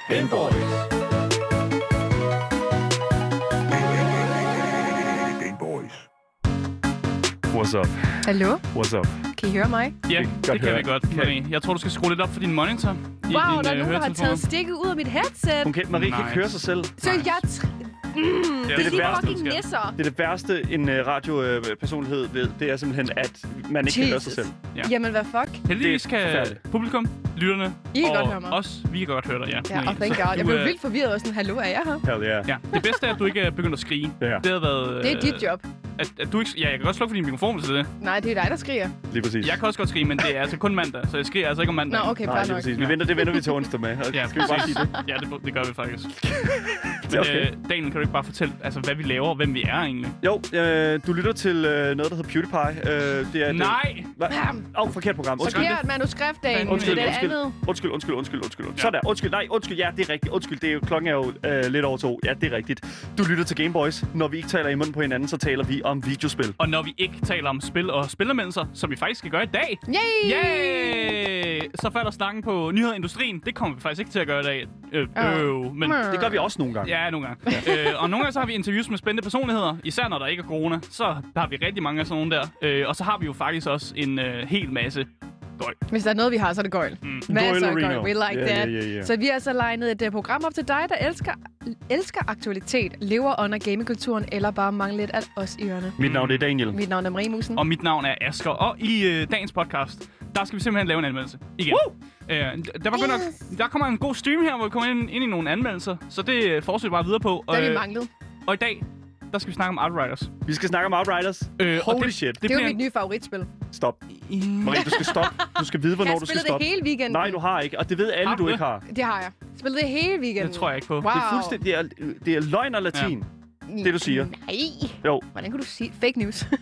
Game Boys. Game Boys. What's up? Hallo? What's up? Kan I høre mig? Ja, det kan høre. vi godt. Marie. Jeg tror, du skal skrue lidt op for din monitor. Wow, der er nogen, der har taget stikket ud af mit headset. Marie kan ikke høre sig selv. Så jeg... Det er de værste, fucking nisser. Det er det værste, en radiopersonlighed ved. Det er simpelthen, at man ikke kan høre sig selv. Ja. Jamen, hvad fuck? Heldigvis Det er kan forfærdeligt. publikum, lytterne I kan og godt høre mig. os, vi kan godt høre dig, ja. Ja, Marie. og thank Så God. Jeg du, blev vildt forvirret og sådan, hallo, er jeg her? Hell yeah. Ja, det bedste er, at du ikke er begyndt at skrige. Ja. Det har været... Det er dit job. At du ikke... Ja, jeg kan godt slukke for din mikrofon til det. Nej, det er dig, der skriger. Lige præcis. Jeg kan også godt skrige, men det er altså kun mandag, så jeg skriger altså ikke om mandag. Nå, okay, Nej, bare lige nok. præcis. Det venter vi til onsdag med. Ja, Skal vi bare sige det? Ja, det gør vi faktisk. Det er okay. Daniel, kan du ikke bare fortælle, altså, hvad vi laver og hvem vi er egentlig? Jo, du lytter til noget, der hedder PewDiePie. Det er Nej! forkert program. Undskyld. Forkert manuskript, Daniel. Undskyld, Det er det andet. Undskyld. Sådan, undskyld, ja, det er rigtigt. Undskyld, det er jo, klokken er jo lidt over 2. Ja, det er rigtigt. Du lytter til Game Boys. Når vi ikke taler i munden på hinanden, så taler vi om videospil. Og når vi ikke taler om spil og spilanmeldelser, som vi faktisk skal gøre i dag, Yay! yay! Så falder snakken på nyheder i industrien. Det kommer vi faktisk ikke til at gøre i dag. Men Det gør vi også nogle gange. ja, nogle gange. Og nogle gange så har vi interviews med spændende personligheder, især når der ikke er corona. Så har vi rigtig mange af sådan nogle der. Og så har vi jo faktisk også en hel masse gøj. Hvis der er noget, vi har, så er det gøjl. Masser af gøjl. We like that. Yeah. Så vi har altså legnet et program op til dig, der elsker aktualitet, lever under gamingkulturen, eller bare mangler lidt af os i ørerne. Mit navn er Daniel. Mit navn er Marie Musen. Og mit navn er Asger. Og i dagens podcast, der skal vi simpelthen lave en anmeldelse. Igen. Der kommer en god stream her, hvor vi kommer ind i nogle anmeldelser. Så det fortsætter bare videre på. Der er vi manglet. Og i dag, der skal vi snakke om Outriders. Vi skal snakke om Outriders. Holy shit. Det er jo mit nye favoritspil. Stop. Marie, du skal stoppe. Du skal vide, hvornår Jeg du skal spillede stoppe. det hele weekenden. Nej, du har ikke. Og det ved alle, Har du du det? ikke har. Det har jeg. Spillede det hele weekenden. Det tror jeg ikke på. Wow. Det er fuldstændig... Det er løgn og latin. Det, du siger. Nej. Jo. Hvordan kan du sige fake news? Det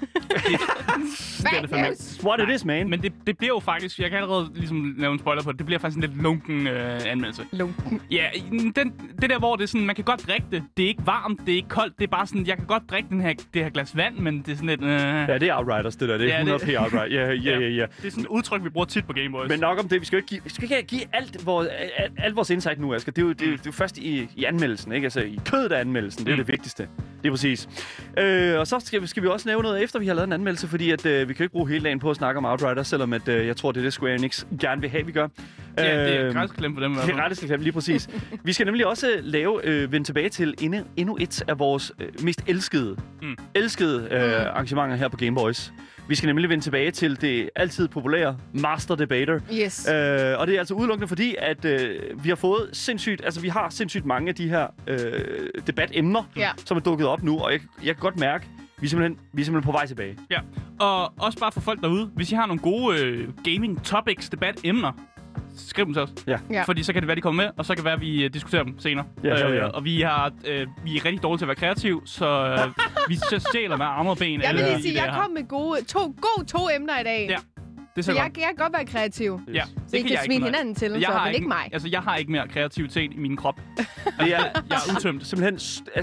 er det fandme. What it is, man. Men det bliver jo faktisk, jeg kan allerede ligesom lave en spoiler på det, det bliver faktisk en lidt lunken anmeldelse. Lunken. Ja, det der, hvor det er sådan, man kan godt drikke det. Det er ikke varmt, det er ikke koldt, det er bare sådan, jeg kan godt drikke det her glas vand, men det er sådan lidt... Ja, det er Outriders, det der. Det er 100p Outright. Ja. Det er sådan et udtryk, vi bruger tit på Game Boys. Men nok om det. Vi skal ikke give alt vores insight nu, Asger. Det er jo først i anmeldelsen, ikke? Altså i kødet af anmeldelsen. Det er det vigtigste. Det er præcis. Og så skal vi også nævne noget efter, vi har lavet en anmeldelse, fordi at, vi kan jo ikke bruge hele dagen på at snakke om Outriders, selvom at, jeg tror, det er det Square Enix gerne vil have, vi gør. Ja, det er græsklem for dem. Det er ret lige præcis. Vi skal nemlig også vende tilbage til endnu et af vores mest elskede arrangementer her på Game Boys. Vi skal nemlig vende tilbage til det altid populære Master Debater. Yes. Og det er altså udelukkende fordi, at vi har fået vi har sindssygt mange af de her debatemner, som er dukket op nu, og jeg kan godt mærke, vi er simpelthen på vej tilbage. Ja, og også bare for folk derude, hvis I har nogle gode gaming topics, debatemner, skriv dem til os. Ja. Fordi så kan det være, de kommer med, og så kan det være, at vi diskuterer dem senere. Ja. Og vi er rigtig dårlige til at være kreative, så vi stjæler med arme og ben. Jeg vil lige sige, jeg kom med gode to emner i dag. Ja. Det Så så jeg kan godt være kreativ. Ja, Så I kan smide hinanden til, men ikke mig. Altså, jeg har ikke mere kreativitet i min krop. Jeg er udtømt. Simpelthen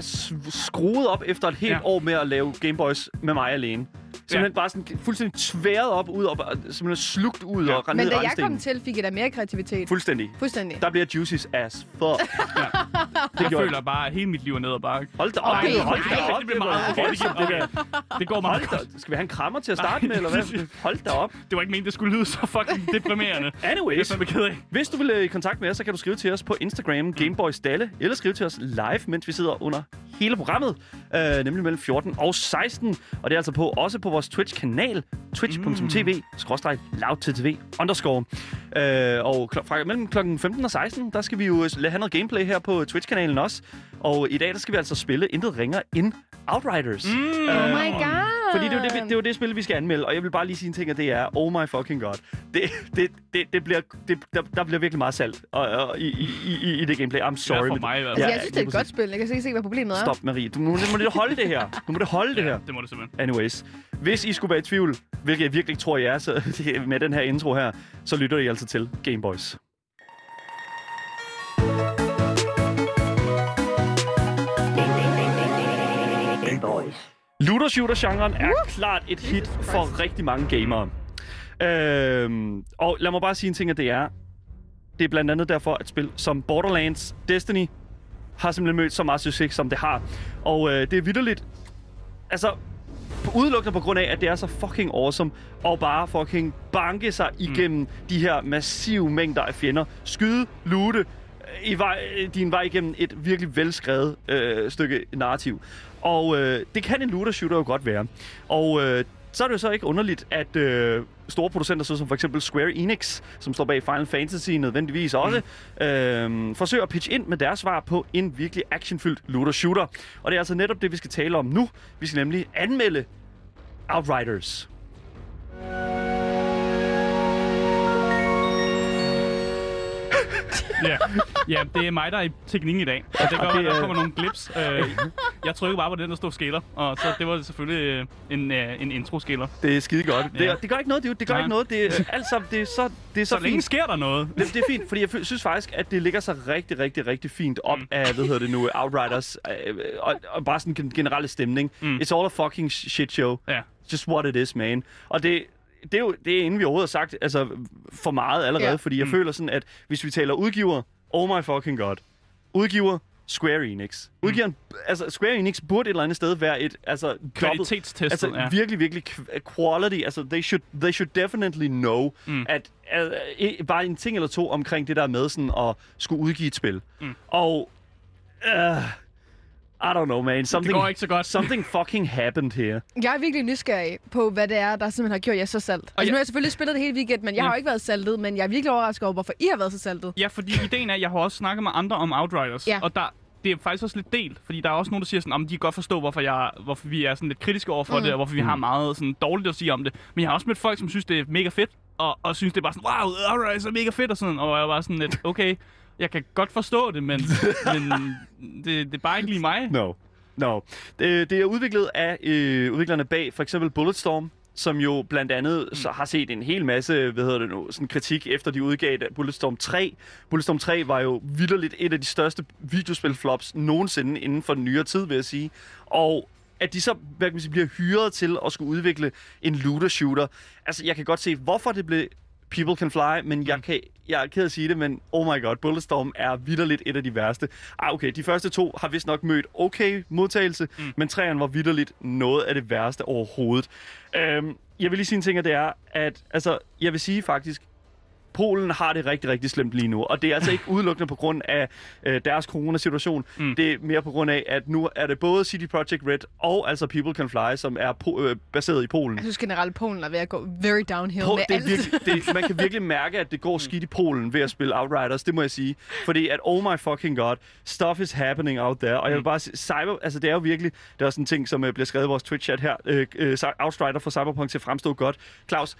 skruet op efter et helt år med at lave Game Boys med mig alene. Simpelthen bare sådan fuldstændig tværet op ud og simpelthen slugt ud og rendt ned i Men da jeg randstenen. kom til, fik jeg da mere kreativitet. Fuldstændig. Der bliver juices as fuck. Jeg føler bare, at hele mit liv er ned og bakke. Hold da op. Det bliver meget. Det går meget godt. Skal vi have en krammer til at starte med, eller hvad? Hold da op. Det var ikke meningen, det skulle lyde så fucking deprimerende. Anyways, det er ked af. Hvis du vil i kontakt med os, så kan du skrive til os på Instagram, Gameboysdalle, eller skrive til os live, mens vi sidder under hele programmet, nemlig mellem 14 og 16. Og det er altså også på vores Twitch-kanal, twitch.tv/loudttv_. Og mellem klokken 15 og 16, der skal vi jo have noget gameplay her på Twitch-kanalen også. Og i dag, der skal vi altså spille intet ringer end Outriders. Oh my god! Fordi det er jo det spil, vi skal anmelde. Og jeg vil bare lige sige en ting, at det er oh my fucking god. Der bliver virkelig meget salt i det gameplay. I'm sorry. For mig, altså, jeg synes, det er et godt spil. Jeg kan ikke se, hvad problemet er. Stop, Marie. Du må holde det her. Du må holde det her. Det må du simpelthen. Anyways. Hvis I skulle være i tvivl, hvilket jeg virkelig tror, I er så, med den her intro her, så lytter I altså til Game Boys. Looter-shooter-genren er klart et hit for rigtig mange gamere. Og lad mig bare sige en ting, at det er det er blandt andet derfor, at spil som Borderlands, Destiny, har simpelthen mødt så meget succes, som det har. Og det er vitterligt, altså udelukkende på grund af, at det er så fucking awesome, og bare fucking banke sig igennem de her massive mængder af fjender. Skyde, loote, din vej igennem et virkelig velskrevet stykke narrativ. Og det kan en looter-shooter jo godt være. Og så er det jo så ikke underligt, at store producenter, som for eksempel Square Enix, som står bag Final Fantasy nødvendigvis også, forsøger at pitche ind med deres svar på en virkelig actionfyldt looter-shooter. Og det er altså netop det, vi skal tale om nu. Vi skal nemlig anmelde Outriders. Ja, det er mig, der er i teknikken i dag. Og det gør, at der kommer nogle glips. Jeg trykker bare på den, der står skiller. Og så det var selvfølgelig en intro-skiller. Det er skide godt. Ja. Det gør ikke noget, det gør ikke noget. Det er alt sammen, det er så så længe sker der noget. Det er fint, fordi jeg synes faktisk, at det ligger så rigtig, rigtig, rigtig fint op af, Outriders, og bare sådan en generelle stemning. It's all a fucking shit show. Just what it is, man. Og det er inden vi overhovedet har sagt altså, for meget allerede, fordi jeg føler sådan, at hvis vi taler udgiver, oh my fucking god, udgiver Square Enix. Udgiveren, altså Square Enix burde et eller andet sted være et kvalitetstestet, altså virkelig, virkelig quality, altså they should definitely know, at bare en ting eller to omkring det der med sådan at skulle udgive et spil. Og I don't know, man. Det går ikke så godt. Something fucking happened here. Jeg er virkelig nysgerrig på, hvad det er, der simpelthen har gjort jer så salt. Altså, nu har jeg selvfølgelig spillet det hele weekend, men jeg har jo ikke været saltet, men jeg er virkelig overrasket over, hvorfor I har været så saltet. Ja, fordi ideen er, at jeg har også snakket med andre om Outriders, og det er faktisk også lidt delt, fordi der er også nogen, der siger sådan, at de kan godt forstå, hvorfor vi er sådan lidt kritiske over for det, og hvorfor vi har meget sådan dårligt at sige om det. Men jeg har også mødt folk, som synes, det er mega fedt, og synes, det er bare sådan, wow, Outriders er mega fedt, og sådan, og jeg var sådan lidt, okay, jeg kan godt forstå det, men det er bare ikke lige mig. No. Det er udviklet af udviklerne bag for eksempel Bulletstorm, som jo blandt andet så har set en hel masse, sådan kritik efter de udgav Bulletstorm 3. Bulletstorm 3 var jo vitterligt et af de største videospilflops nogensinde inden for den nyere tid, vil jeg sige. Og at de så bliver hyret til at skulle udvikle en looter-shooter. Altså, jeg kan godt se, hvorfor det blev People Can Fly, men jeg er ked at sige det, men oh my god, Bulletstorm er vitterligt et af de værste. Okay, de første to har vist nok mødt okay modtagelse, men træerne var vitterligt noget af det værste overhovedet. Jeg vil lige sige en ting, og det er, at altså, jeg vil sige faktisk, Polen har det rigtig, rigtig slemt lige nu, og det er altså ikke udelukkende på grund af deres coronasituation. Det er mere på grund af, at nu er det både CD Projekt Red og altså People Can Fly, som er baseret i Polen. Jeg synes generelt, Polen er ved at gå very downhill med alt. Man kan virkelig mærke, at det går skidt i Polen ved at spille Outriders, det må jeg sige. Fordi at, oh my fucking god, stuff is happening out there. Og jeg vil bare sige, altså det er jo virkelig, det er også en ting, som bliver skrevet i vores Twitch-chat her. Outrider for Cyberpunk til at fremstå godt. Claus?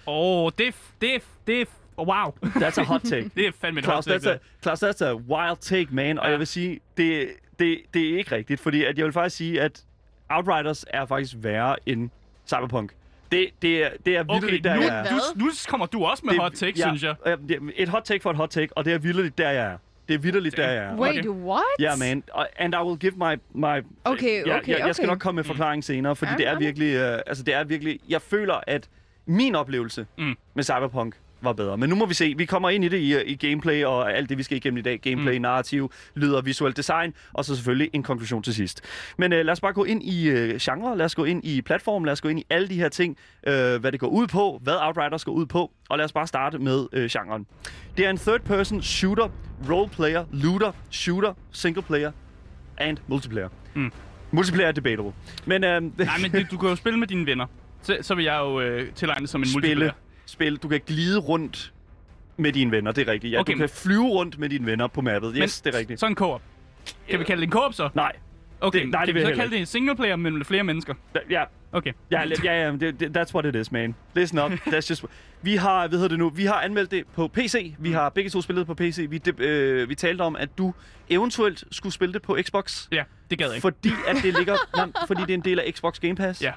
Det er wow. That's a hot take. Det er fandme et hot take. Claus, that's a wild take, man. Og jeg vil sige, det er ikke rigtigt, fordi at jeg vil faktisk sige, at Outriders er faktisk værre end Cyberpunk. Det er vildt, der jeg er. Nu kommer du også med hot take, synes jeg. Et hot take for et hot take, og det er vildt, der jeg er. Det er vildt, der jeg er. Wait, what? Yeah, man. And I will give my Okay. Jeg skal nok komme med forklaring senere, fordi det er virkelig, jeg føler, at min oplevelse med Cyberpunk var bedre. Men nu må vi se. Vi kommer ind i det i gameplay og alt det, vi skal igennem i dag. Gameplay, narrativ, lyder, visuelt design, og så selvfølgelig en konklusion til sidst. Men lad os bare gå ind i genre, lad os gå ind i platform, lad os gå ind i alle de her ting, hvad det går ud på, hvad Outriders går ud på, og lad os bare starte med genren. Det er en third-person shooter, roleplayer, looter, shooter, single-player and multiplayer. Multiplayer er debatable. Men, du kan jo spille med dine venner. Så vil jeg jo tilegne det som en multiplayer. Du kan glide rundt med dine venner, det er rigtigt. Ja, okay. Du kan flyve rundt med dine venner på mappet. Yes, det er rigtigt. Så en co-op. Kan vi kalde det en co-op så? Nej. Okay, kan vi så kalde det en single player med flere mennesker? Ja. Okay. Ja, that's what it is, man. Listen up. That's just... Vi har anmeldt det på PC. Vi har begge to spillet på PC. Vi talte om, at du eventuelt skulle spille det på Xbox. Ja, det gad jeg ikke. Fordi at det ligger... fordi det er en del af Xbox Game Pass. Ja.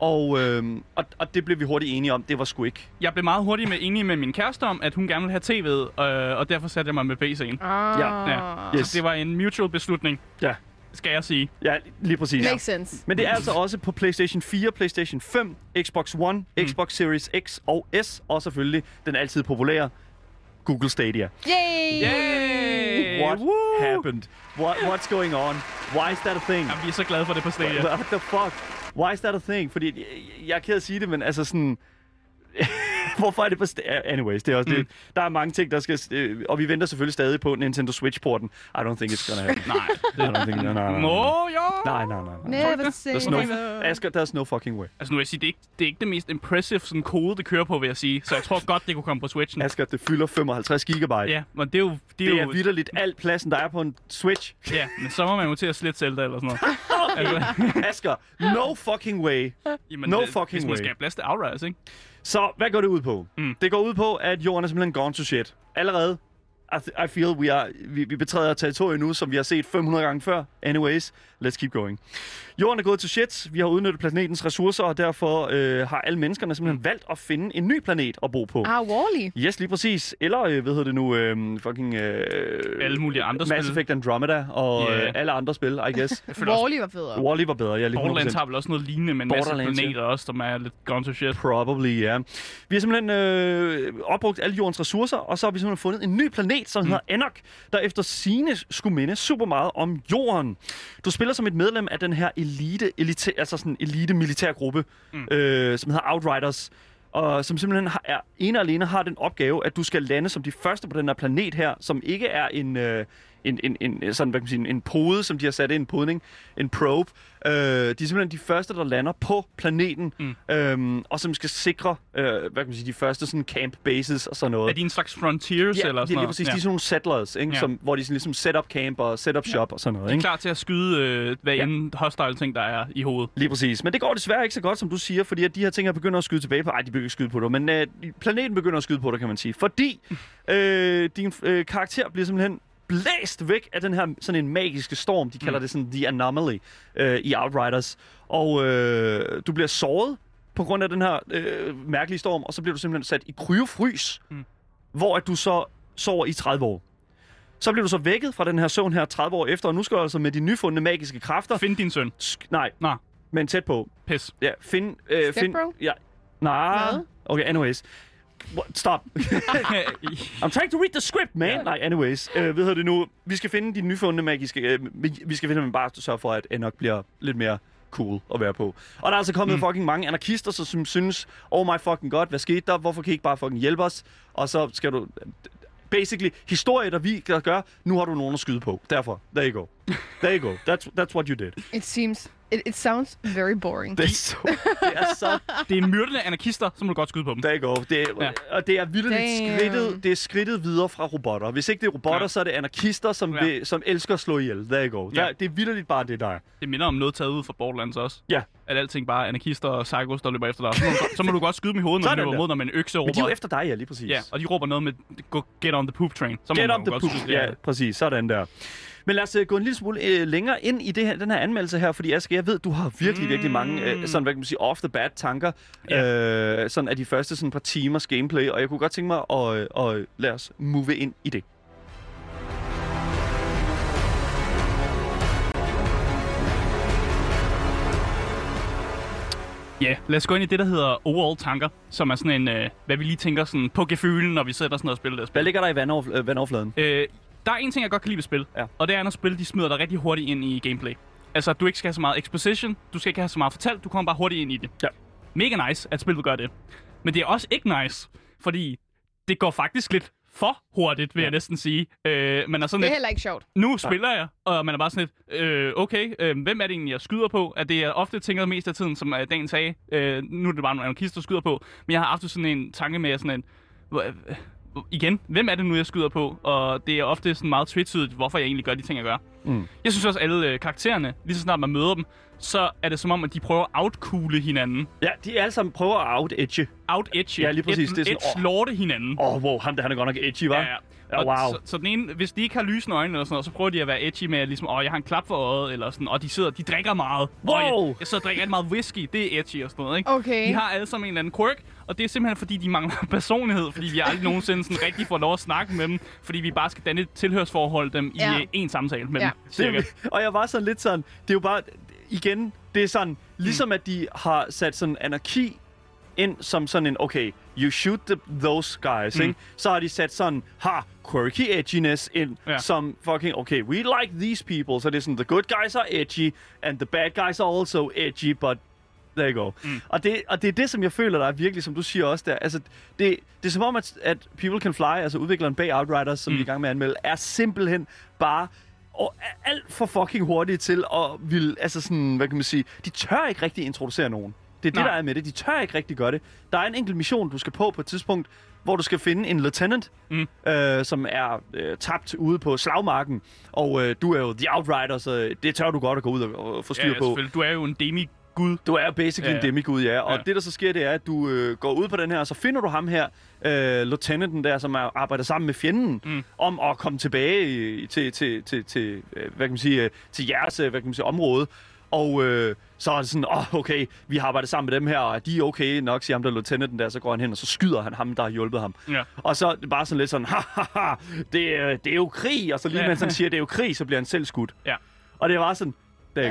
Og det blev vi hurtigt enige om. Det var sgu ikke. Jeg blev meget hurtigt enig med min kæreste om, at hun gerne ville have tv'et, og derfor satte jeg mig med PC'en. Ja. Yes. Det var en mutual beslutning. Ja. Skal jeg sige. Ja, lige præcis. Makes sense. Men det er altså også på PlayStation 4, PlayStation 5, Xbox One, Xbox Series X og S, og selvfølgelig den altid populære Google Stadia. Yay! What happened? What's going on? Why is that a thing? Jamen, vi er så glade for det på Stadia. What the fuck? Why is that a thing? Fordi jeg er ked at sige det, men altså sådan... Hvorfor er det på anyways, det er også det. Der er mange ting, der skal... og vi venter selvfølgelig stadig på Nintendo Switch-porten. I don't think it's gonna happen. Nej. I don't think... Nej. Never say There's no fucking way. Altså nu vil jeg sige, det er ikke det mest impressive sådan kode, det kører på, vil jeg sige. Så jeg tror godt, det kunne komme på Switchen. Asger, det fylder 55 gigabyte. Ja, men det er jo... Det er vitterligt alt pladsen, der er på en Switch. Ja, men så må man jo til at slette Zelda eller sådan noget. Okay. Asger, no fucking way. Jamen, no fucking hvis way. man skal have plads til Outriders, ikke? Så hvad går det ud på? Det går ud på, at jorden er simpelthen gone to shit. Allerede, I feel vi betræder territoriet nu, som vi har set 500 gange før. Anyways, let's keep going. Jorden er gået til shit. Vi har udnyttet planetens ressourcer, og derfor har alle menneskerne simpelthen valgt at finde en ny planet at bo på. Wall-E. Yes, lige præcis. Eller, hvad hedder det nu, alle mulige andre spil. Mass Effect Andromeda og alle andre spil, I guess. Wall-E var federe. Wall-E var bedre, ja. Borderlands har vel også noget lignende, men en masse planeter også, som er lidt gone to shit. Probably, ja. Vi har simpelthen opbrugt alle jordens ressourcer, og så har vi simpelthen fundet en ny planet, som hedder Enoch, der efter sigende skulle minde super meget om jorden. Du spiller som et medlem af den her elite militærgruppe, som hedder Outriders, og som simpelthen ene og alene har den opgave, at du skal lande som de første på den her planet her, som ikke er en pode, som de har sat ind, en podning, en probe. De er simpelthen de første, der lander på planeten, og som skal sikre, de første sådan camp bases og sådan noget. Er de en slags frontiers eller sådan noget? Ja, lige præcis. De er sådan nogle settlers, ikke? Ja. Hvor de sådan ligesom set up camp og set up shop og sådan noget. De er ikke? klar til at skyde hvad end hostile ting, der er i hovedet. Lige præcis. Men det går desværre ikke så godt, som du siger, fordi at de her ting her begynder at skyde tilbage på. Ej, de begynder ikke at skyde på dig, men planeten begynder at skyde på dig, kan man sige. Fordi din karakter bliver simpelthen blæst væk af den her sådan en magiske storm. De kalder det sådan The Anomaly i Outriders. Og du bliver såret på grund af den her mærkelige storm, og så bliver du simpelthen sat i kryofrys, hvor at du så sover i 30 år. Så bliver du så vækket fra den her søvn her 30 år efter, og nu skal du altså med de nyfundne magiske kræfter... Find din søn. Nej, men tæt på. Pis. Ja, find... Stepbro? Ja. Nej. Okay, anyways. Stop. I'm trying to read the script, man. Yeah. Nej, anyways. Hvad hedder det nu? Vi skal finde de nyfundne magiske... vi skal finde dem bare sørge for, at Enoch bliver lidt mere cool at være på. Og der er altså kommet fucking mange anarkister, som synes, oh my fucking god, hvad skete der? Hvorfor kan I ikke bare fucking hjælpe os? Og så skal du... Basically, historie, der gør, nu har du nogen at skyde på. Derfor, there you go. There you go. That's what you did. It sounds very boring. Det er myrdende anarkister, så må du godt skyde på dem. Der you go. Og det er vildt skridtet videre fra robotter. Hvis ikke det er robotter, så er det anarkister, som elsker at slå ihjel. Der you go. Det er vildt bare det, der er. Det minder om noget taget ud fra Borderlands også. Ja. At alting bare er anarkister og psychos, der løber efter dig. Så må du godt skyde dem i hovedet, når de løber mod dig med en økse. Men de er jo efter dig, ja, lige præcis. Ja, og de råber noget med, get on the poop train. Så get on the poop, ja, præcis. Sådan der. Men lad os gå en lille smule længere ind i den her anmeldelse her, fordi Asger, jeg ved, du har virkelig mange sådan, hvad kan man sige, off the bat tanker, sådan af de første sådan par timers gameplay, og jeg kunne godt tænke mig at lade os move ind i det. Ja, lad os gå ind i det, der hedder overall tanker, som er sådan en, hvad vi lige tænker sådan på gefylen, når vi sætter sådan noget og spiller det. Hvad ligger der i vandoverfladen? Der er en ting, jeg godt kan lide ved spil, og det er, når spil de smider dig rigtig hurtigt ind i gameplay. Altså, du ikke skal have så meget exposition, du skal ikke have så meget fortalt, du kommer bare hurtigt ind i det. Ja. Mega nice, at spillet gør det. Men det er også ikke nice, fordi det går faktisk lidt for hurtigt, vil jeg næsten sige. Man er sådan det er heller ikke sjovt. Nu spiller jeg, og man er bare sådan lidt, hvem er det egentlig, jeg skyder på? At det er ofte tænker mest af tiden, som Dan sagde, nu er det bare nogle anarkister, der skyder på. Men jeg har haft sådan en tanke med sådan en... Igen, hvem er det nu, jeg skyder på? Og det er ofte sådan meget tvetydigt, hvorfor jeg egentlig gør de ting, jeg gør. Jeg synes også, alle karaktererne, lige så snart man møder dem, så er det som om, at de prøver at outcoole hinanden. Ja, de alle sammen prøver at out-edge. Out-edge? Ja, lige præcis. Det er sådan, edge-lorte hinanden. Wow, han er godt nok edgy, hva'? Ja. Ja, wow. Så den ene, hvis de ikke har lysende øjne eller sådan noget, så prøver de at være edgy med, ligesom, jeg har en klap for øjet, eller sådan, og de drikker meget. Wow! Jeg sidder og drikker meget whisky, det er edgy og sådan noget, ikke? Okay. De har alle sammen en eller anden quirk, og det er simpelthen fordi, de mangler personlighed, fordi vi aldrig nogensinde sådan rigtig får lov at snakke med dem, fordi vi bare skal danne et tilhørsforhold dem i en samtale med dem, cirka. Og jeg var sådan lidt sådan, det er jo bare, igen, det er sådan, ligesom at de har sat sådan anarki ind som sådan en, okay, you shoot those guys, ikke? Så har de sat sådan, quirky edginess ind, som fucking, okay, we like these people, så det er sådan, the good guys are edgy, and the bad guys are also edgy, but there you go. Og det er det, som jeg føler, der er virkelig, som du siger også der, altså, det er som om, at People Can Fly, altså udvikleren bag Outriders, som vi er i gang med at anmelde, er simpelthen bare alt for fucking hurtigt til at vil, altså sådan, hvad kan man sige, de tør ikke rigtig introducere nogen. Det er det, der er med det. De tør ikke rigtig gøre det. Der er en enkelt mission, du skal på et tidspunkt, hvor du skal finde en lieutenant, som er tabt ude på slagmarken. Og du er jo The Outrider, så det tør du godt at gå ud og få styr på. Du er jo en demigud. Du er basically en demigud, ja. Og det, der så sker, det er, at du går ud på den her, og så finder du ham her, lieutenanten der, som arbejder sammen med fjenden, om at komme tilbage til hvad kan man sige, til jeres, hvad kan man sige, område. Og så er det sådan, okay, vi har arbejdet sammen med dem her, og de er okay nok, siger ham der lieutenanten der, så går han hen, og så skyder han ham, der har hjulpet ham. Ja. Og så er det bare sådan lidt sådan, det er jo krig, og så lige mens han siger, det er jo krig, så bliver han selv skudt. Ja. Og det var sådan, det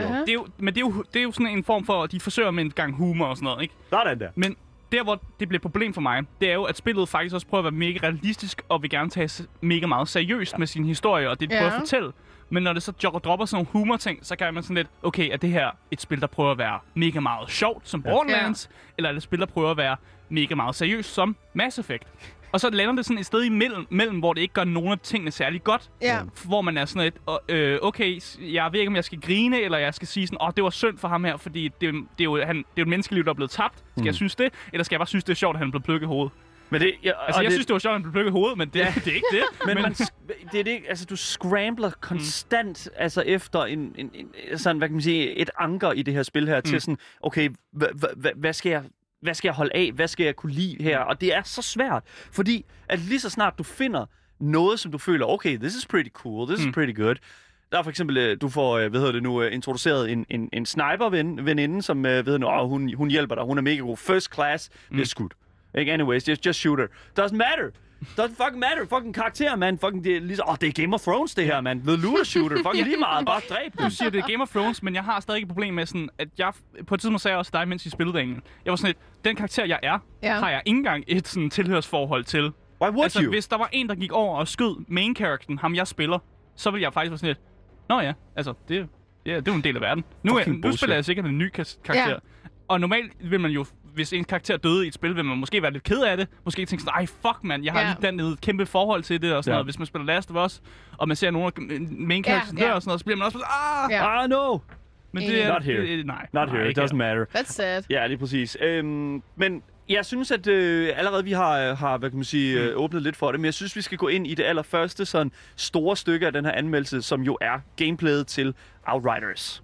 er jo sådan en form for, de forsøger med en gang humor og sådan noget, ikke? Sådan der. Men der, hvor det bliver et problem for mig, det er jo, at spillet faktisk også prøver at være mega realistisk, og vil gerne tage mega meget seriøst med sin historie, og det prøver at fortælle. Men når det så dropper sådan nogle humor-ting, så kan man sådan lidt, okay, er det her et spil, der prøver at være mega meget sjovt, som Borderlands, eller er det et spil, der prøver at være mega meget seriøst, som Mass Effect? Og så lander det sådan et sted imellem, hvor det ikke gør nogen af tingene særlig godt. Hvor man er sådan et, okay, jeg ved ikke, om jeg skal grine, eller jeg skal sige sådan, det var synd for ham her, fordi det er jo et menneskeliv, der er blevet tabt. Skal jeg synes det? Eller skal jeg bare synes, det er sjovt, at han blev plukket i hovedet? Men det, jeg synes, det var sjovt, at han blev plukket i hovedet, men det er ikke det. Men det er det, altså du scrambler konstant altså efter en sådan, hvad kan man sige, et anker i det her spil her, til sådan, okay, hvad skal jeg holde af? Hvad skal jeg kunne lide her? Og det er så svært, fordi at lige så snart du finder noget, som du føler, okay, this is pretty cool, this is pretty good. Der er for eksempel, du får, introduceret en sniper-veninde, som, hun hjælper dig, hun er mega god, first class, bliver skudt. Anyways, just shoot her. Doesn't matter. Doesn't fucking matter. Fucking karakter, man. Fucking det er ligesom, det er Game of Thrones, det her, man. The looter shooter. Fucking lige meget. Bare dræb. Du siger, det er Game of Thrones, men jeg har stadig et problem med sådan, at jeg på et tidspunkt sagde jeg også dig, mens I spillede det. Jeg var sådan lidt, den karakter, jeg er, har jeg ikke engang et sådan tilhørsforhold til. Why would you? Hvis der var en, der gik over og skød main-characteren, ham jeg spiller, så ville jeg faktisk være sådan lidt, nå ja, altså, det er jo en del af verden. Nu spiller jeg sikkert en ny karakter. Yeah. Og normalt vil man jo, hvis en karakter døde i et spil, vil man måske være lidt ked af det. Måske tænke sådan, fuck man, jeg har lige dannet et kæmpe forhold til det og sådan noget. Hvis man spiller Last of Us, og man ser nogle af main characters dør og sådan noget, så bliver man også sådan, no! Men det er... Not here. Not here, it doesn't matter. That's sad. Ja, lige præcis. Men jeg synes, at allerede vi har hvad kan man sige, åbnet lidt for det, men jeg synes, vi skal gå ind i det allerførste sådan store stykke af den her anmeldelse, som jo er gameplayet til Outriders.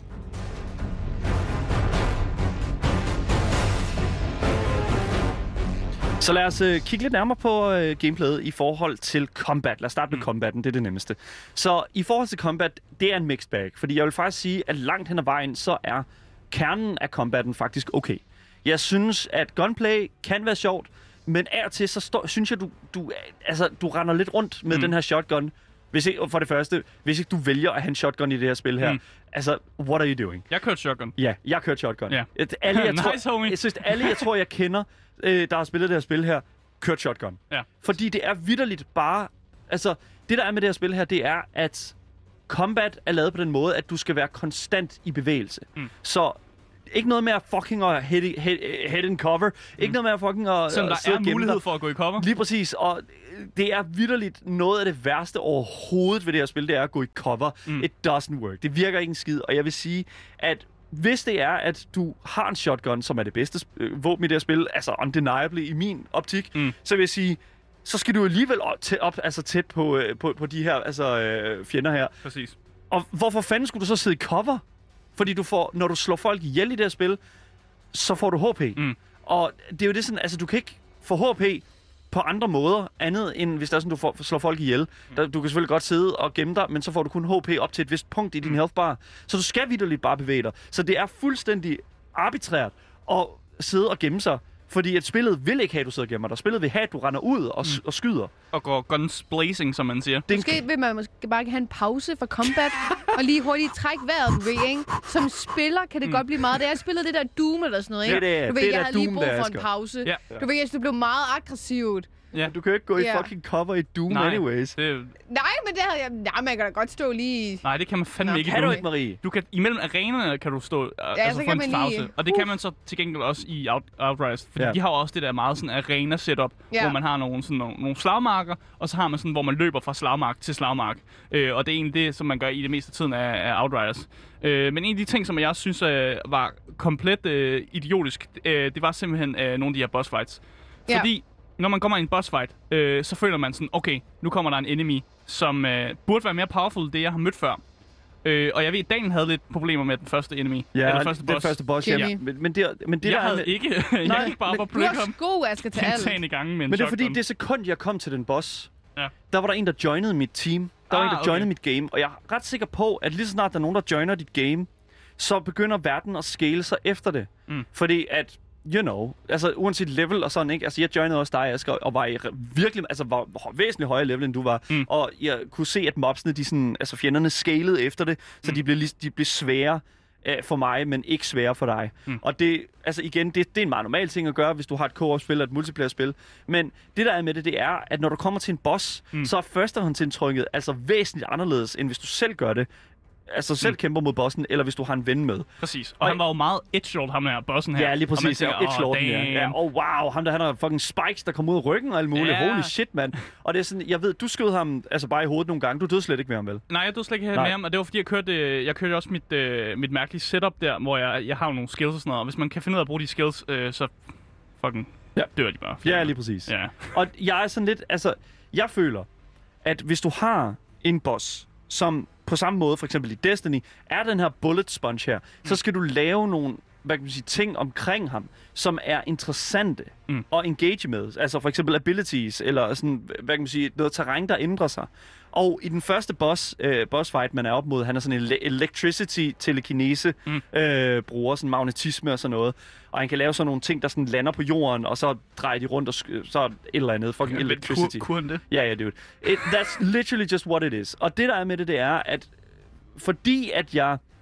Så lad os kigge lidt nærmere på gameplayet i forhold til combat. Lad os starte med combaten, det er det nemmeste. Så i forhold til combat, det er en mixed bag. Fordi jeg vil faktisk sige, at langt hen ad vejen, så er kernen af combaten faktisk okay. Jeg synes, at gunplay kan være sjovt, men af og til, så synes jeg, du render lidt rundt med den her shotgun. For det første, hvis ikke du vælger at have en shotgun i det her spil her, altså, what are you doing? Jeg kørte shotgun. Ja, jeg kørte shotgun. Yeah. Jeg synes, alle, jeg tror, jeg kender, der har spillet det her spil her, kørt shotgun. Ja. Fordi det er vitterligt bare... Altså, det der er med det her spil her, det er, at combat er lavet på den måde, at du skal være konstant i bevægelse. Så ikke noget med at fucking head in cover. Ikke noget med at fucking at så der er mulighed for at gå i cover. Lige præcis. Og det er vitterligt noget af det værste overhovedet ved det her spil, det er at gå i cover. It doesn't work. Det virker ikke en skid. Og jeg vil sige, at hvis det er, at du har en shotgun, som er det bedste våben i det her spil, altså undeniably i min optik, så vil jeg sige, så skal du alligevel tæt på de her fjender her. Præcis. Og hvorfor fanden skulle du så sidde i cover? Fordi når du slår folk ihjel i det her spil, så får du HP. Og det er jo det sådan, altså du kan ikke få HP på andre måder, andet end hvis det er sådan, du slår folk ihjel. Du kan selvfølgelig godt sidde og gemme dig, men så får du kun HP op til et vist punkt i din health bar. Så du skal vitterligt bare bevæge dig. Så det er fuldstændig arbitrært at sidde og gemme sig Fordi at spillet vil ikke have, at du sidder og gemmer dig. Spillet vil have, at du render ud og skyder. Og går guns blazing, som man siger. Måske vil man bare have en pause for combat, og lige hurtigt trække vejret, du ved, ikke? Som spiller kan det godt blive meget. Da jeg spillede det der Doom eller sådan noget, ikke? Du ved, jeg havde lige brug for en pause. Ja. Du ved, det blev meget aggressivt. Ja. Du kan jo ikke gå i fucking cover i Doom anyways. Nej, men det havde jeg... Nej, man kan da godt stå lige... Nej, det kan man fandme ikke. Kan du ikke, Marie? Du kan, imellem arenaerne kan du stå altså få en pause. Og det kan man så til gengæld også i Outriders. Fordi de har også det der meget sådan arena-setup, hvor man har nogle slagmarker, og så har man sådan, hvor man løber fra slagmark til slagmark. Og det er egentlig det, som man gør i det meste af tiden af Outriders. Men en af de ting, som jeg synes var komplet idiotisk, det var simpelthen nogle af de her boss fights. Fordi når man kommer i en boss fight, så føler man sådan, okay, nu kommer der en enemy, som burde være mere powerful end det, jeg har mødt før. Og jeg ved, at Daniel havde lidt problemer med den første enemy. Ja, eller første boss. Ja. Men det jeg havde ikke. Jeg gik bare på Precom. Du har sko, Asger, til alt. Men det er fordi, det sekund, jeg kom til den boss, der var der en, der joinede mit team. Der var en, der joinede mit game. Og jeg er ret sikker på, at lige så snart der er nogen, der joiner dit game, så begynder verden at scale sig efter det. Fordi at altså uanset level og sådan, ikke? Altså jeg joinede også dig, Asger, og var virkelig, altså var væsentligt højere level, end du var. Og jeg kunne se, at mobsene, altså fjenderne scalede efter det, så de blev svære for mig, men ikke svære for dig. Og det, altså igen, det er en meget normal ting at gøre, hvis du har et co-op-spil og et multiplayer-spil. Men det der er med det er, at når du kommer til en boss, så er førstehåndsindtrykket altså væsentligt anderledes, end hvis du selv gør det. Altså selv kæmper mod bossen, eller hvis du har en ven med. Præcis. Og han var jo meget edgelord, ham her, bossen her. Ja, lige præcis. Tænker, edgelorden, ja. Wow, ham der, han har fucking spikes, der kommer ud af ryggen og alt muligt. Yeah. Holy shit, mand. Og det er sådan, jeg ved, du skød ham altså bare i hovedet nogle gange. Du døde slet ikke med ham, vel? Nej, jeg døde slet ikke med ham, og det var fordi, jeg kørte også mit mærkelige setup der, hvor jeg har nogle skills og sådan noget. Og hvis man kan finde ud af at bruge de skills, så fucking dør de bare. Ja, lige præcis. Ja. Og jeg er sådan lidt, altså, jeg føler, at hvis du har en boss, som på samme måde, for eksempel i Destiny, er den her bullet sponge her, så skal du lave nogle, hvad kan man sige, ting omkring ham, som er interessante at engage med. Altså for eksempel abilities, eller sådan, hvad kan man sige, noget terræn, der ændrer sig. Og i den første boss fight, man er op mod, han er sådan en electricity telekinese bruger, sådan magnetisme og sådan noget. Og han kan lave sådan nogle ting, der sådan lander på jorden, og så drejer de rundt, og så et eller andet fucking electricity. Kunne det? Ja, dude. That's literally just what it is. Og det der er med det er, at fordi at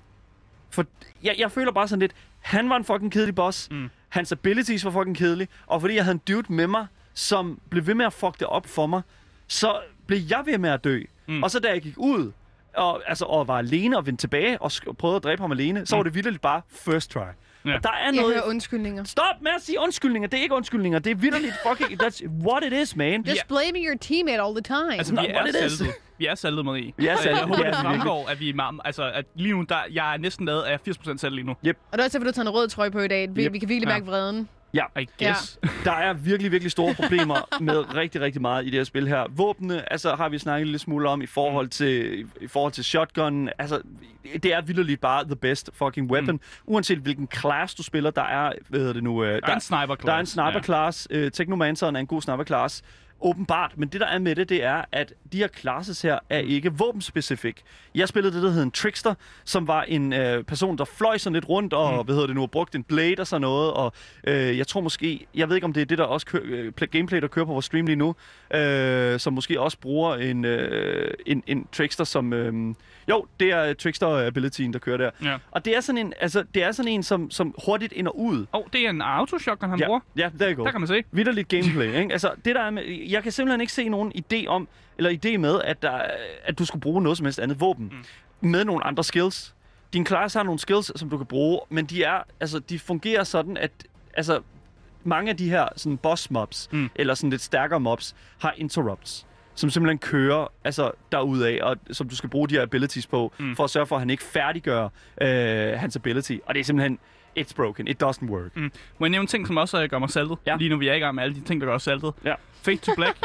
jeg føler bare sådan lidt, han var en fucking kedelig boss, hans abilities var fucking kedelig, og fordi jeg havde en dude med mig, som blev ved med at fuck det op for mig, så blev jeg ved med at dø. Og så da jeg gik ud, og var alene og vendte tilbage, og prøvede at dræbe ham alene, så var det vitterligt bare first try. Ja. Og der er noget... Jeg hører undskyldninger. Stop med at sige undskyldninger. Det er ikke undskyldninger. Det er vitterligt fucking... That's what it is, man. Just blaming your teammate all the time. Altså, vi er saltet, Marie. Vi er saltet. Jeg håber, det fremgår, at at lige nu, jeg er næsten lavet af 80% salt lige nu. Yep. Og det er også, at du tager en rød trøje på i dag. Vi kan virkelig mærke vreden. Ja, I guess. Der er virkelig, virkelig store problemer med rigtig, rigtig meget i det her spil her. Våbnene, altså har vi snakket lidt smule om i forhold til shotgunnen. Altså, det er vitterligt bare the best fucking weapon. Uanset hvilken class du spiller, der er, hvad hedder det nu? Der er en sniper class. Der er en sniper class. Technomanceren er en god sniper class. Åbenbart, men det der er med det er, at de her classes her er ikke våbenspecifik. Jeg spillede det, der hed en trickster, som var en person, der fløj sådan lidt rundt og, brugt en blade og sådan noget, og jeg tror måske, jeg ved ikke om det er det, der også gameplay, der kører på vores stream lige nu, som måske også bruger en trickster, som... det er trickster-abilityen, der kører der. Ja. Og det er sådan en, som hurtigt ind og ud. Det er en autoshotgun, han bruger? Ja, der kan man se. Vitterligt gameplay, ikke? Altså, det der er med, jeg kan simpelthen ikke se nogen idé med, at du skulle bruge noget som helst andet våben med nogle andre skills. Din class har nogle skills, som du kan bruge, men de fungerer sådan, at mange af de her sådan boss mobs, eller sådan lidt stærkere mobs, har interrupts, som simpelthen kører derudaf, og som du skal bruge de her abilities på, for at sørge for, at han ikke færdiggør hans ability. Og det er simpelthen, it's broken, it doesn't work. Må jeg nævne en ting, som også gør mig saltet? Ja. Lige nu vi er i gang med alle de ting, der gør os saltet. Ja. Fade to black.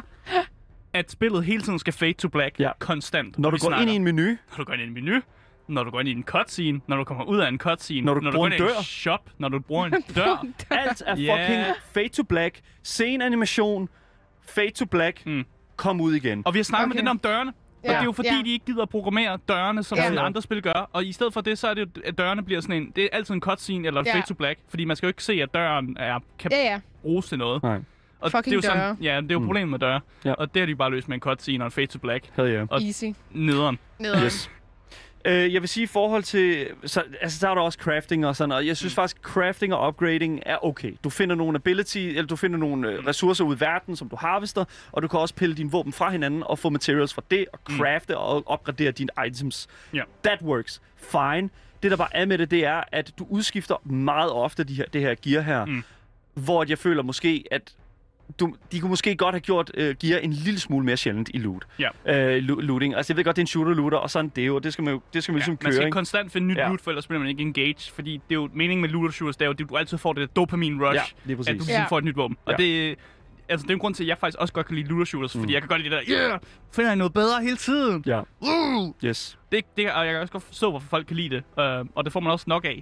At spillet hele tiden skal fade to black konstant. Når du går ind i en menu. Når du går ind i en cutscene, når du kommer ud af en cutscene, når du går ind i en shop, når du bruger en dør. Alt er fucking fade to black. Se en animation, fade to black, kom ud igen. Og vi har snakket med det om dørene. Og det er jo fordi, de ikke gider at programmere dørene, som sådan andre spil gør. Og i stedet for det, så er det jo, at dørene bliver sådan en... Det er altid en cutscene eller en fade to black. Fordi man skal jo ikke se, at døren kan bruges til noget. Nej. Og fucking det er jo døre. det er jo problemet med døre. Ja. Og det har de bare løst med en cutscene og en fade to black. Og easy. Nederen. Yes. Jeg vil sige i forhold til... Så, altså, der er der også crafting og sådan, og jeg synes faktisk, crafting og upgrading er okay. Du finder nogle eller du finder nogle ressourcer ud i verden, som du harvester, og du kan også pille dine våben fra hinanden og få materials fra det, og crafte og opgradere dine items. Yeah. That works. Fine. Det, der bare er med det er, at du udskifter meget ofte det her gear her, hvor jeg føler måske, at de kunne måske godt have gjort gear en lille smule mere sjældent i loot. Looting. Altså, jeg ved godt, det er en shooter-looter, og sådan det er jo. Det skal man ligesom køre, man skal konstant finde nyt loot, for ellers bliver man ikke engage. Fordi det er jo meningen med looter-shooters, det er jo, at du altid får det dopamin-rush, at du får et nyt våben. Og det er en grund til, at jeg faktisk også godt kan lide looter-shooters, fordi jeg kan godt lide det der, finder jeg noget bedre hele tiden. Ja. Yes. Og jeg kan også godt forstå, hvorfor folk kan lide det. Og det får man også nok af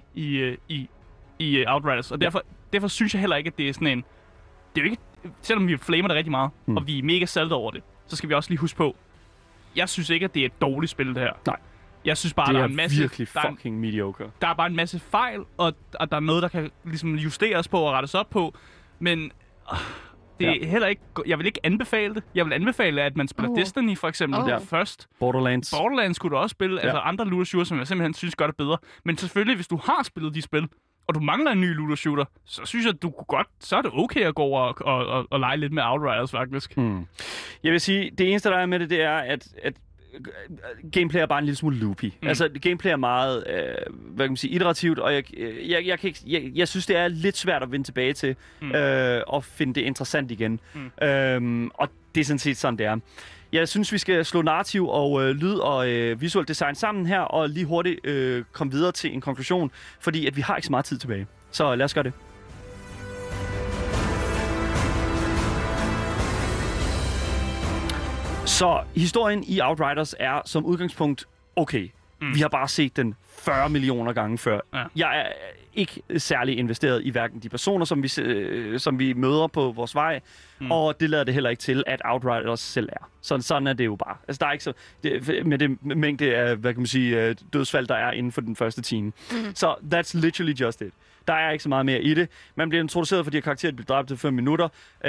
i Outriders. Og derfor synes jeg heller ikke, at det er sådan en... Det er jo ikke... Selvom vi flamer det rigtig meget, og vi er mega salte over det, så skal vi også lige huske på, jeg synes ikke, at det er et dårligt spil, det her. Nej. Jeg synes bare, der er en masse... virkelig fucking mediocre. Der er bare en masse fejl, og der er noget, der kan ligesom justeres på og rettes op på, men... det er heller ikke... Jeg vil ikke anbefale det. Jeg vil anbefale, at man spiller Destiny, for eksempel, først. Borderlands skulle du også spille. Altså andre looter-shooter, som jeg simpelthen synes gør det bedre. Men selvfølgelig, hvis du har spillet de spil, og du mangler en ny looter-shooter, så synes jeg, at du kunne godt... Så er det okay at gå over og lege lidt med Outriders, faktisk. Jeg vil sige, det eneste, der er med det er, at gameplay er bare en lille smule loopy. Altså, gameplay er meget, hvad kan man sige, iterativt, og jeg synes, det er lidt svært at vende tilbage til, og finde det interessant igen. Og det er sådan set sådan, det er. Jeg synes, vi skal slå narrativ og lyd og visuelt design sammen her, og lige hurtigt komme videre til en konklusion, fordi at vi har ikke så meget tid tilbage. Så lad os gøre det. Så historien i Outriders er som udgangspunkt okay. Vi har bare set den 40 millioner gange før. Ja. Jeg er ikke særlig investeret i hverken de personer, som vi møder på vores vej, og det lader det heller ikke til, at Outriders selv er. Sådan er det jo bare. Altså, der er ikke så... med det mængde af, hvad kan man sige, dødsfald, der er inden for den første time. Så that's literally just it. Der er ikke så meget mere i det. Man bliver introduceret for de her karakterer, der bliver dræbt til 5 minutter.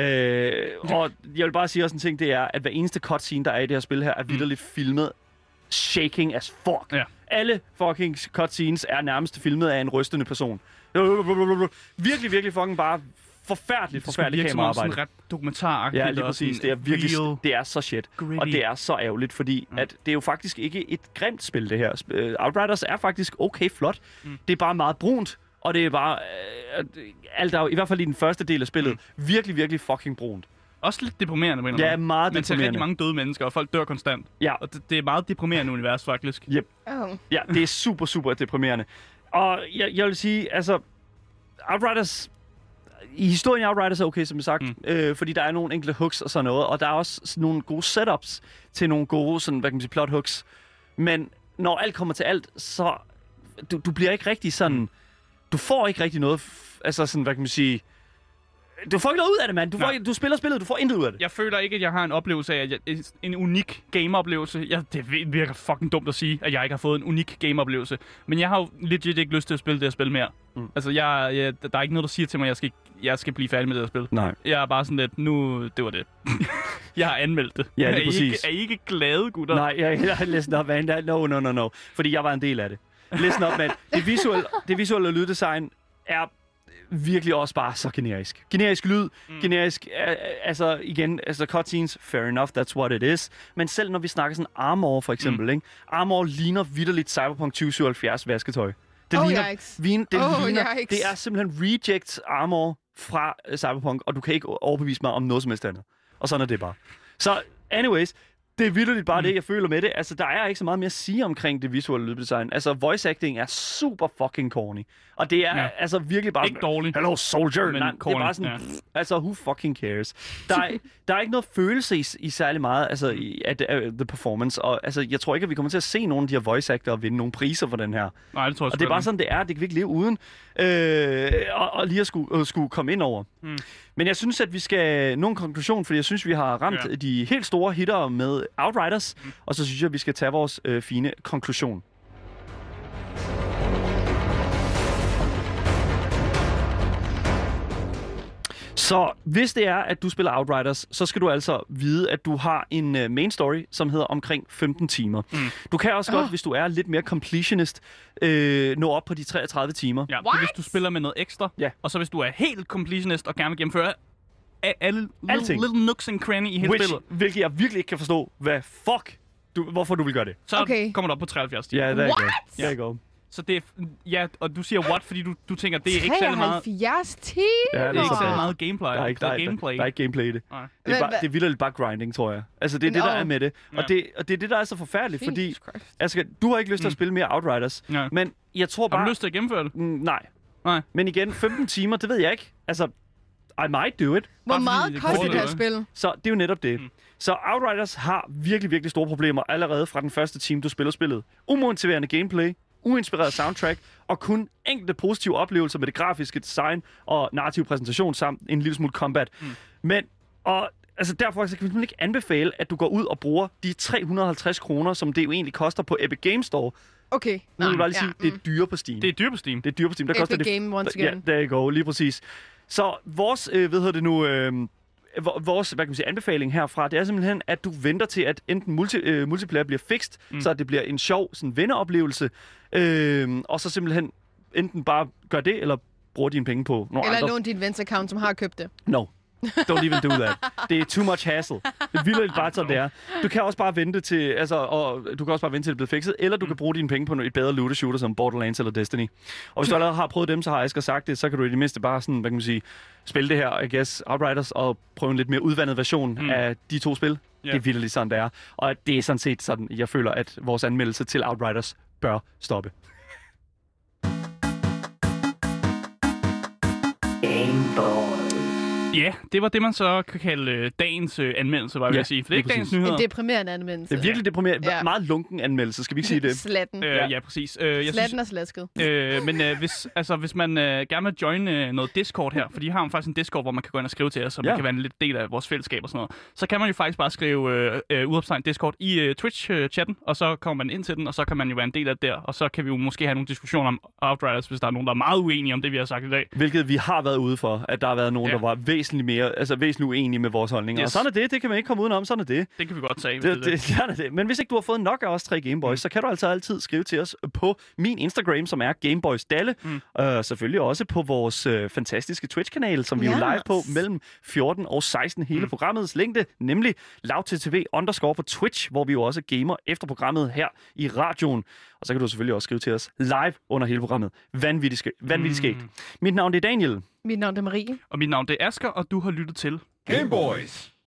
Og jeg vil bare sige også en ting, det er, at hver eneste cutscene, der er i det her spil her, er vitterligt filmet shaking as fuck. Ja. Alle fucking cutscenes er nærmest filmet af en rystende person. Virkelig, virkelig fucking bare forfærdeligt kameraarbejde. Det er ret dokumentaragtigt. Ja, lige præcis. Det er virkelig, det er så shit. Gritty. Og det er så ærgerligt, fordi at det er jo faktisk ikke et grimt spil, det her. Outriders er faktisk okay flot. Det er bare meget brunt. Og det er bare, alt er jo, i hvert fald i den første del af spillet, virkelig, virkelig fucking brunt. Også lidt deprimerende, mener jeg. Ja, meget deprimerende. Man ser rigtig mange døde mennesker, og folk dør konstant. Ja. Og det er meget deprimerende univers, faktisk. Yep. Ja, det er super, super deprimerende. Og jeg vil sige, altså, Outriders... I historien af Outriders er okay, som jeg sagt, fordi der er nogle enkelte hooks og sådan noget, og der er også nogle gode setups til nogle gode, sådan, hvad kan man sige, plot hooks. Men når alt kommer til alt, så... Du bliver ikke rigtig sådan... Du får ikke rigtig noget, altså sådan, hvad kan man sige... Du får ikke noget ud af det, mand. Du spiller spillet, du får intet ud af det. Jeg føler ikke, at jeg har en oplevelse af, en unik gameoplevelse. Det virker fucking dumt at sige, at jeg ikke har fået en unik gameoplevelse. Men jeg har jo legit ikke lyst til at spille det her spil mere. Altså, der er ikke noget, der siger til mig, at jeg skal blive færdig med det her spil. Nej. Jeg er bare sådan lidt, det var det. Jeg har anmeldt det. Ja, det er præcis. Er I ikke glade, gutter? Nej, jeg har listen up, man. No. Fordi jeg var en del af det. Listen up, man. Det visuelle lyddesign er virkelig også bare så generisk. Generisk lyd, generisk, altså cutscenes, fair enough, that's what it is. Men selv når vi snakker sådan Armor for eksempel, ikke? Armor ligner vitterligt Cyberpunk 2077 vasketøj. Det er simpelthen reject Armor fra Cyberpunk, og du kan ikke overbevise mig om noget som helst andet. Og sådan er det bare. Så anyways, det er vitterligt bare det, jeg føler med det. Altså, der er ikke så meget mere at sige omkring det visuelle lyddesign. Altså, voice acting er super fucking corny. Og det er altså virkelig bare... Ikke dårligt. Hello, soldier! Men nej, det er bare sådan... Altså, who fucking cares? Der er ikke noget følelse i særlig meget, altså, the performance. Og altså, jeg tror ikke, at vi kommer til at se nogle af de her voice actor vinde nogle priser for den her. Nej, det tror jeg. Og det er bare sådan, det er. Det kan vi ikke leve uden. Og lige at skulle komme ind over. Men jeg synes, at vi skal nå en konklusion, fordi jeg synes, vi har ramt de helt store hitter med Outriders. Og så synes jeg, vi skal tage vores fine konklusion. Så hvis det er, at du spiller Outriders, så skal du altså vide, at du har en main story, som hedder omkring 15 timer. Du kan også godt, hvis du er lidt mere completionist, nå op på de 33 timer. Ja, det hvis du spiller med noget ekstra, og så hvis du er helt completionist og gerne vil gennemføre alle little nooks and cranny i hele spillet. Hvilket jeg virkelig ikke kan forstå, hvorfor du vil gøre det. Så kommer du op på 73 timer. Ja, der er go. Så det er, og du siger what, fordi du tænker, det er ikke særlig meget... 73 timer? Ja, det er ikke særlig meget gameplay. Der er ikke gameplay i det. Det er vildt bare grinding, tror jeg. Altså, det er det, der er med det. Og det er det, der er så forfærdeligt, fordi... Altså, du har ikke lyst til at spille mere Outriders, men jeg tror bare... Har du lyst til at gennemføre det? Nej. Men igen, 15 timer, det ved jeg ikke. Altså, I might do it. Hvor meget koster det her spil? Så det er jo netop det. Så Outriders har virkelig, virkelig store problemer allerede fra den første time, du spiller spillet. Umotiverende gameplay, uinspireret soundtrack og kun enkelte positive oplevelser med det grafiske design og narrativ præsentation samt en lille smule combat. Men altså derfor så kan vi simpelthen ikke anbefale, at du går ud og bruger de 350 kroner, som det jo egentlig koster på Epic Games Store. Okay. Nu vil jeg bare lige sige, det er dyre på Steam. Det er dyre på Steam. Det er dyre på Steam. Der Epic koster Game once again. Ja, der går lige præcis. Så vores, vores anbefaling herfra, det er simpelthen, at du venter til, at enten multiplayer bliver fikst, så det bliver en sjov sådan, venneoplevelse, og så simpelthen enten bare gør det, eller bruger dine penge på nogle andre. Eller lån din vens account, som har købt det. No. Don't even do that. Det er too much hassle. Det vildt bare som det er. Du kan også bare vente til, det bliver fikset, eller du kan bruge dine penge på et bedre looter shooter som Borderlands eller Destiny. Og hvis du allerede har prøvet dem, så har Asger sagt det, så kan du i det mindste bare sådan, spille det her, I guess, Outriders, og prøve en lidt mere udvandet version af de to spil. Det er vildt sådan, det er. Og det er sådan set sådan, jeg føler, at vores anmeldelse til Outriders bør stoppe. Ja, det var det, man så kan kalde dagens anmeldelse, var jeg sige. For det er ikke dagens nyheder. En deprimerende anmeldelse. Det er virkelig deprimerende. Ja. Meget lunken anmeldelse, skal vi ikke sige det? Slatten. Ja, præcis. Slatten og slasket. Men hvis man gerne vil joine noget Discord her, for de har jo faktisk en Discord, hvor man kan gå ind og skrive til os, og man kan være en lidt del af vores fællesskab og sådan noget, så kan man jo faktisk bare skrive udopstegn Discord i Twitch-chatten, og så kommer man ind til den, og så kan man jo være en del af det der, og så kan vi jo måske have nogle diskussioner om Outriders, hvis der er nogen, der er meget uenige om det, vi har sagt i dag. Hvilket vi har været ude for, at der har været nogen, der var væsentligt uenige med vores holdninger. Og sådan er det kan man ikke komme udenom, sådan er det. Det kan vi godt sige. Det. Men hvis ikke du har fået nok af os 3 Gameboys, så kan du altså altid skrive til os på min Instagram, som er Gameboys Dalle. Selvfølgelig også på vores fantastiske Twitch-kanal, som vi er live på mellem 14 og 16 hele programmets længde, nemlig lavttv_ på Twitch, hvor vi jo også gamer efter programmet her i radioen. Og så kan du selvfølgelig også skrive til os live under hele programmet. Vanvittigt skægt. Mit navn er Daniel. Mit navn er Marie. Og mit navn er Asger, og du har lyttet til Gameboys.